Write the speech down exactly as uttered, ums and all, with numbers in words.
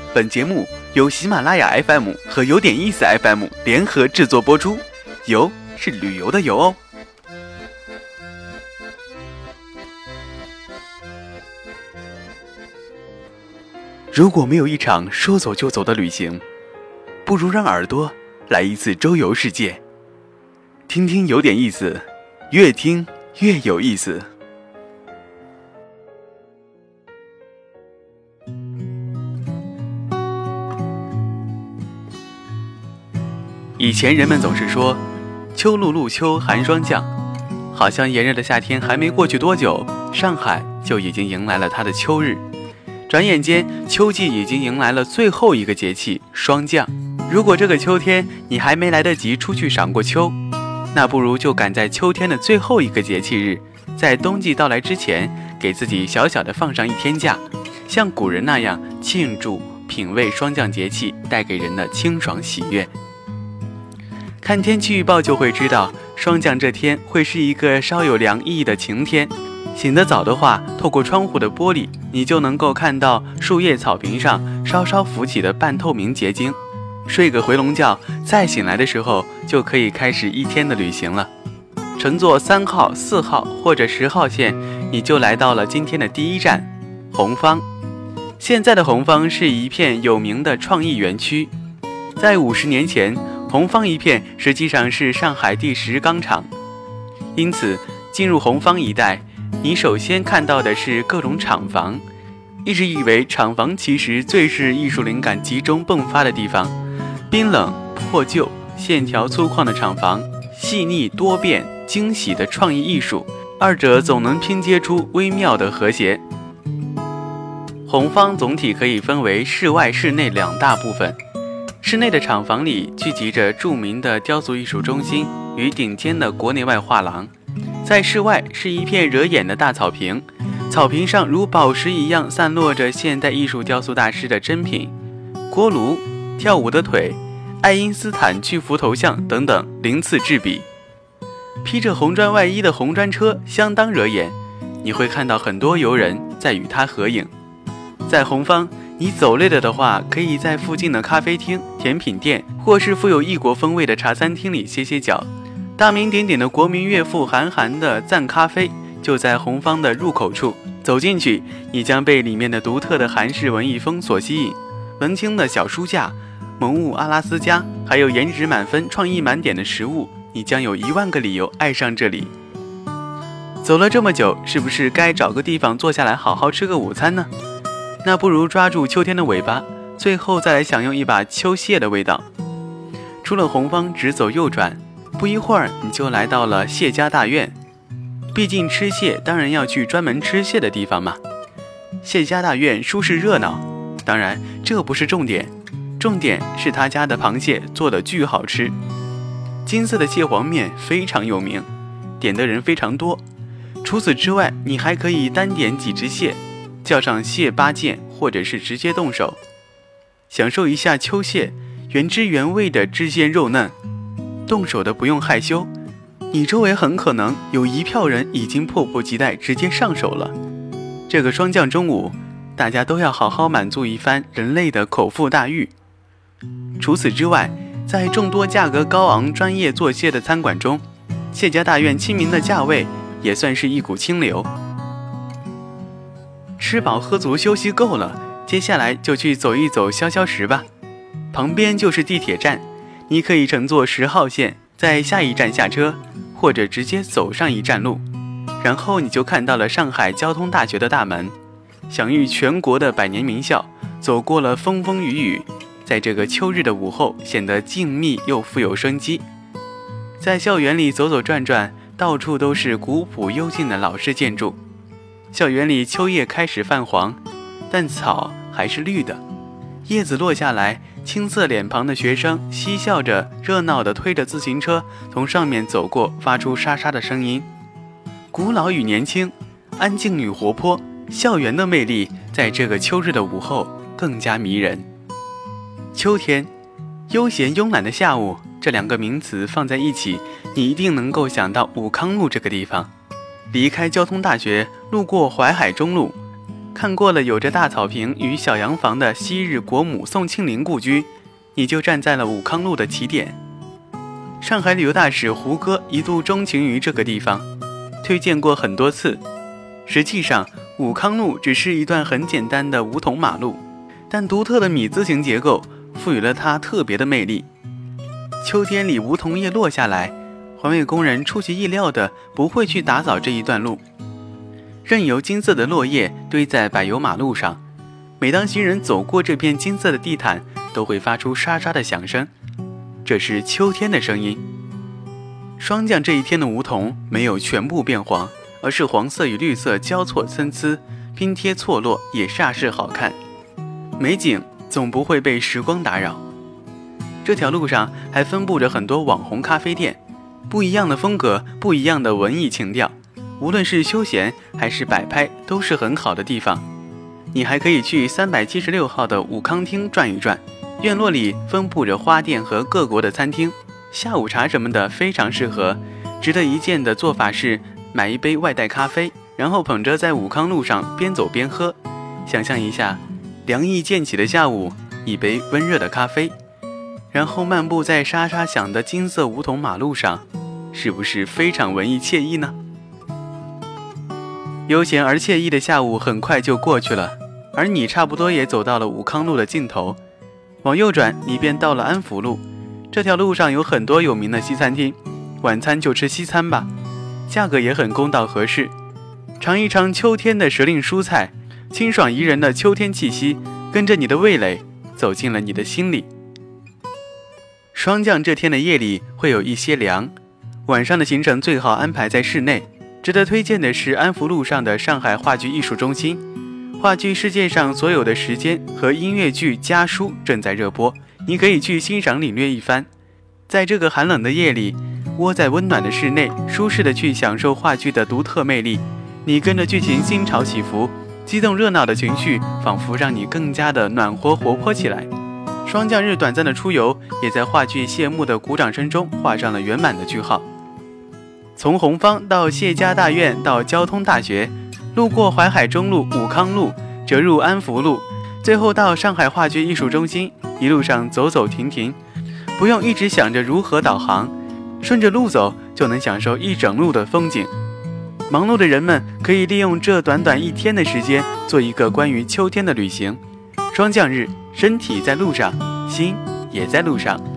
本节目由喜马拉雅 F M 和有点意思 F M 联合制作播出，游是旅游的游哦。如果没有一场说走就走的旅行，不如让耳朵来一次周游世界，听听有点意思，越听越有意思。以前人们总是说秋露露秋寒霜降，好像炎热的夏天还没过去多久，上海就已经迎来了它的秋日。转眼间秋季已经迎来了最后一个节气霜降。如果这个秋天你还没来得及出去赏过秋，那不如就赶在秋天的最后一个节气日，在冬季到来之前给自己小小的放上一天假，像古人那样庆祝品味霜降节气带给人的清爽喜悦。看天气预报就会知道，霜降这天会是一个稍有凉意的晴天。醒得早的话，透过窗户的玻璃，你就能够看到树叶草坪上稍稍浮起的半透明结晶。睡个回笼觉，再醒来的时候就可以开始一天的旅行了。乘坐三号、四号或者十号线，你就来到了今天的第一站红坊。现在的红坊是一片有名的创意园区，在五十年前，红坊一片实际上是上海第十钢厂，因此进入红坊一带，你首先看到的是各种厂房。一直以为厂房其实最是艺术灵感集中迸发的地方，冰冷破旧线条粗犷的厂房，细腻多变惊喜的创意艺术，二者总能拼接出微妙的和谐。红坊总体可以分为室外室内两大部分。室内的厂房里聚集着著名的雕塑艺术中心与顶尖的国内外画廊，在室外是一片惹眼的大草坪，草坪上如宝石一样散落着现代艺术雕塑大师的珍品，锅炉、跳舞的腿、爱因斯坦巨幅头像等等鳞次栉比。披着红砖外衣的红砖车相当惹眼，你会看到很多游人在与它合影。在红坊，你走累了的话，可以在附近的咖啡厅、甜品店或是富有异国风味的茶餐厅里歇歇脚。大名鼎鼎的国民岳父韩寒的赞咖啡就在红坊的入口处，走进去你将被里面的独特的韩式文艺风所吸引，文青的小书架、萌物阿拉斯加，还有颜值满分创意满点的食物，你将有一万个理由爱上这里。走了这么久，是不是该找个地方坐下来好好吃个午餐呢？那不如抓住秋天的尾巴，最后再来享用一把秋蟹的味道。出了红坊直走右转，不一会儿你就来到了谢家大院。毕竟吃蟹当然要去专门吃蟹的地方嘛。谢家大院舒适热闹，当然这不是重点，重点是他家的螃蟹做的巨好吃。金色的蟹黄面非常有名，点的人非常多。除此之外，你还可以单点几只蟹，叫上蟹八件，或者是直接动手享受一下秋蟹原汁原味的汁鲜肉嫩。动手的不用害羞，你周围很可能有一票人已经迫不及待直接上手了。这个霜降中午，大家都要好好满足一番人类的口腹大欲。除此之外，在众多价格高昂专业做蟹的餐馆中，谢家大院亲民的价位也算是一股清流。吃饱喝足休息够了，接下来就去走一走消消食吧。旁边就是地铁站，你可以乘坐十号线在下一站下车，或者直接走上一站路，然后你就看到了上海交通大学的大门。享誉全国的百年名校，走过了风风雨雨，在这个秋日的午后显得静谧又富有生机。在校园里走走转转，到处都是古朴幽静的老式建筑。校园里秋叶开始泛黄，但草还是绿的，叶子落下来，青涩脸庞的学生嬉笑着，热闹地推着自行车从上面走过，发出沙沙的声音。古老与年轻，安静与活泼，校园的魅力在这个秋日的午后更加迷人。秋天，悠闲慵懒的下午，这两个名词放在一起，你一定能够想到武康路这个地方。离开交通大学，路过淮海中路， 看过了有着大草坪与小洋房的昔日国母宋庆龄故居，你就站在了武康路的起点。上海旅游大使胡歌一度钟情于这个地方，推荐过很多次。实际上，武康路只是一段很简单的梧桐马路，但独特的米字形结构赋予了它特别的魅力。秋天里梧桐叶落下来，环卫工人出其意料的不会去打扫这一段路，任由金色的落叶堆在柏油马路上。每当行人走过这片金色的地毯，都会发出沙沙的响声，这是秋天的声音。霜降这一天的梧桐没有全部变黄，而是黄色与绿色交错参差，拼贴错落，也煞是好看。美景总不会被时光打扰。这条路上还分布着很多网红咖啡店，不一样的风格，不一样的文艺情调，无论是休闲还是摆拍，都是很好的地方。你还可以去三百七十六号的武康厅转一转，院落里分布着花店和各国的餐厅，下午茶什么的非常适合。值得一见的做法是买一杯外带咖啡，然后捧着在武康路上边走边喝。想象一下，凉意渐起的下午，一杯温热的咖啡，然后漫步在沙沙响的金色梧桐马路上，是不是非常文艺惬意呢？悠闲而惬意的下午很快就过去了，而你差不多也走到了武康路的尽头。往右转，你便到了安福路。这条路上有很多有名的西餐厅，晚餐就吃西餐吧，价格也很公道合适。尝一尝秋天的时令蔬菜，清爽宜人的秋天气息，跟着你的味蕾走进了你的心里。霜降这天的夜里会有一些凉，晚上的行程最好安排在室内。值得推荐的是安福路上的上海话剧艺术中心，话剧世界上所有的时间和音乐剧家书正在热播，你可以去欣赏领略一番。在这个寒冷的夜里，窝在温暖的室内，舒适的去享受话剧的独特魅力。你跟着剧情心潮起伏，激动热闹的情绪仿佛让你更加的暖和活泼起来。霜降日短暂的出游，也在话剧谢幕的鼓掌声中画上了圆满的句号。从红坊到谢家大院到交通大学，路过淮海中路、武康路，折入安福路，最后到上海话剧艺术中心，一路上走走停停，不用一直想着如何导航，顺着路走就能享受一整路的风景。忙碌的人们可以利用这短短一天的时间，做一个关于秋天的旅行。霜降日，身体在路上，心也在路上。